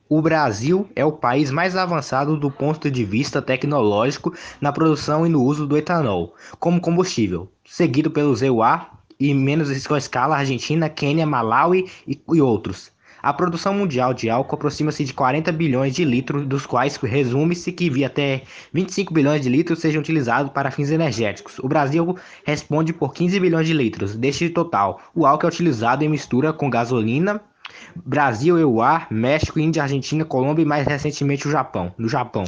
O Brasil é o país mais avançado do ponto de vista tecnológico na produção e no uso do etanol como combustível, seguido pelos EUA e menos escala Argentina, Quênia, Malawi e outros. A produção mundial de álcool aproxima-se de 40 bilhões de litros, dos quais resume-se que até 25 bilhões de litros sejam utilizados para fins energéticos. O Brasil responde por 15 bilhões de litros. Deste total, o álcool é utilizado em mistura com gasolina. Brasil, EUA, México, Índia, Argentina, Colômbia e mais recentemente o Japão. No Japão.